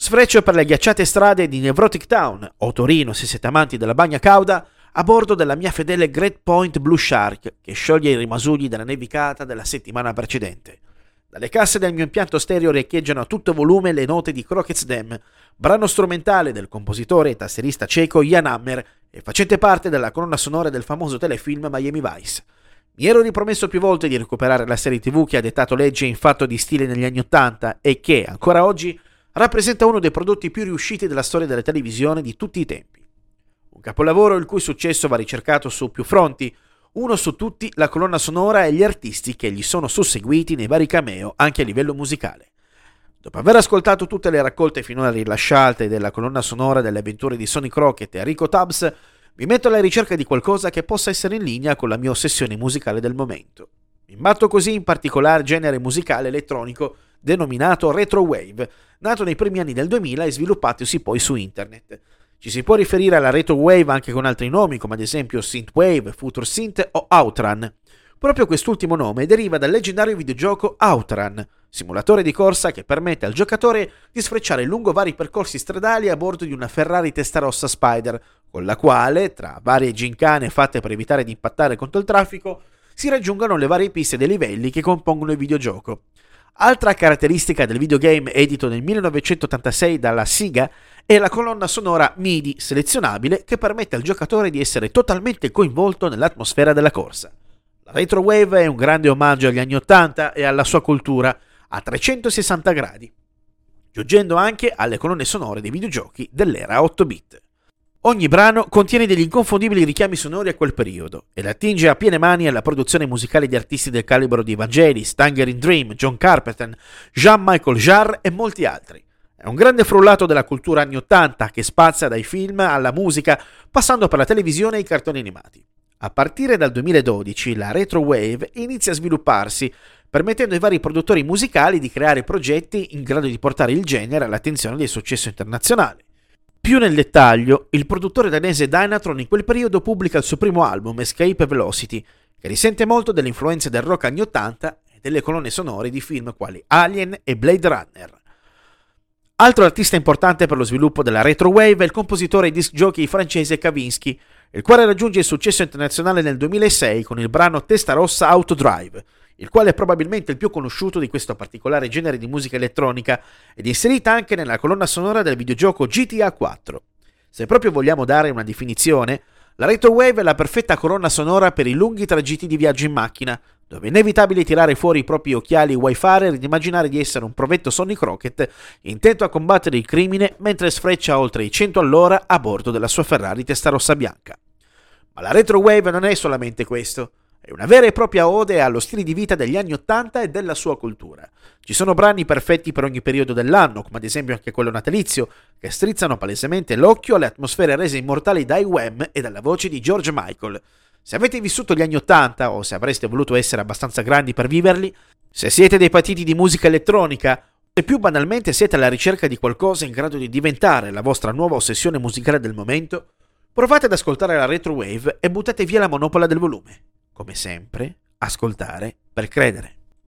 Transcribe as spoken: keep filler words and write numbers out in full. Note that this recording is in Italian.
Sfreccio per le ghiacciate strade di Nevrotic Town, o Torino se siete amanti della bagna cauda, a bordo della mia fedele Great Point Blue Shark, che scioglie i rimasugli della nevicata della settimana precedente. Dalle casse del mio impianto stereo riecheggiano a tutto volume le note di Crockett's Dam, brano strumentale del compositore e tastierista ceco Jan Hammer e facente parte della colonna sonora del famoso telefilm Miami Vice. Mi ero ripromesso più volte di recuperare la serie tivù che ha dettato legge in fatto di stile negli anni Ottanta e che, ancora oggi, rappresenta uno dei prodotti più riusciti della storia della televisione di tutti i tempi. Un capolavoro il cui successo va ricercato su più fronti, uno su tutti la colonna sonora e gli artisti che gli sono susseguiti nei vari cameo anche a livello musicale. Dopo aver ascoltato tutte le raccolte finora rilasciate della colonna sonora delle avventure di Sonny Crockett e Rico Tubbs, mi metto alla ricerca di qualcosa che possa essere in linea con la mia ossessione musicale del momento. Mi imbatto così in particolare genere musicale elettronico denominato Retro Wave, nato nei primi anni del duemila e sviluppatosi poi su internet. Ci si può riferire alla Retro Wave anche con altri nomi, come ad esempio Synthwave, Future Synth o Outrun. Proprio quest'ultimo nome deriva dal leggendario videogioco Outrun, simulatore di corsa che permette al giocatore di sfrecciare lungo vari percorsi stradali a bordo di una Ferrari Testarossa Spider, con la quale, tra varie gincane fatte per evitare di impattare contro il traffico, si raggiungono le varie piste dei livelli che compongono il videogioco. Altra caratteristica del videogame edito nel millenovecentottantasei dalla Sega è la colonna sonora MIDI selezionabile che permette al giocatore di essere totalmente coinvolto nell'atmosfera della corsa. La Retro Wave è un grande omaggio agli anni Ottanta e alla sua cultura a trecentosessanta gradi, giungendo anche alle colonne sonore dei videogiochi dell'era otto bit. Ogni brano contiene degli inconfondibili richiami sonori a quel periodo ed attinge a piene mani alla produzione musicale di artisti del calibro di Vangelis, Tangerine Dream, John Carpenter, Jean-Michel Jarre e molti altri. È un grande frullato della cultura anni ottanta che spazia dai film alla musica, passando per la televisione e i cartoni animati. A partire dal duemiladodici la Retro Wave inizia a svilupparsi, permettendo ai vari produttori musicali di creare progetti in grado di portare il genere all'attenzione del successo internazionale. Più nel dettaglio, il produttore danese Dynatron in quel periodo pubblica il suo primo album, Escape Velocity, che risente molto delle influenze del rock anni ottanta e delle colonne sonore di film quali Alien e Blade Runner. Altro artista importante per lo sviluppo della Retro Wave è il compositore e disc jockey francese Kavinsky, il quale raggiunge il successo internazionale nel duemilasei con il brano Testarossa Autodrive, il quale è probabilmente il più conosciuto di questo particolare genere di musica elettronica ed inserita anche nella colonna sonora del videogioco G T A quattro. Se proprio vogliamo dare una definizione, la Retro Wave è la perfetta colonna sonora per i lunghi tragitti di viaggio in macchina, dove è inevitabile tirare fuori i propri occhiali Wi-Fi ed immaginare di essere un provetto Sonny Crockett intento a combattere il crimine mentre sfreccia oltre i cento all'ora a bordo della sua Ferrari Testarossa bianca. Ma la Retro Wave non è solamente questo. È una vera e propria ode allo stile di vita degli anni ottanta e della sua cultura. Ci sono brani perfetti per ogni periodo dell'anno, come ad esempio anche quello natalizio, che strizzano palesemente l'occhio alle atmosfere rese immortali dai Wham e dalla voce di George Michael. Se avete vissuto gli anni ottanta, o se avreste voluto essere abbastanza grandi per viverli, se siete dei patiti di musica elettronica, se più banalmente siete alla ricerca di qualcosa in grado di diventare la vostra nuova ossessione musicale del momento, provate ad ascoltare la Retro Wave e buttate via la monopola del volume. Come sempre, ascoltare per credere.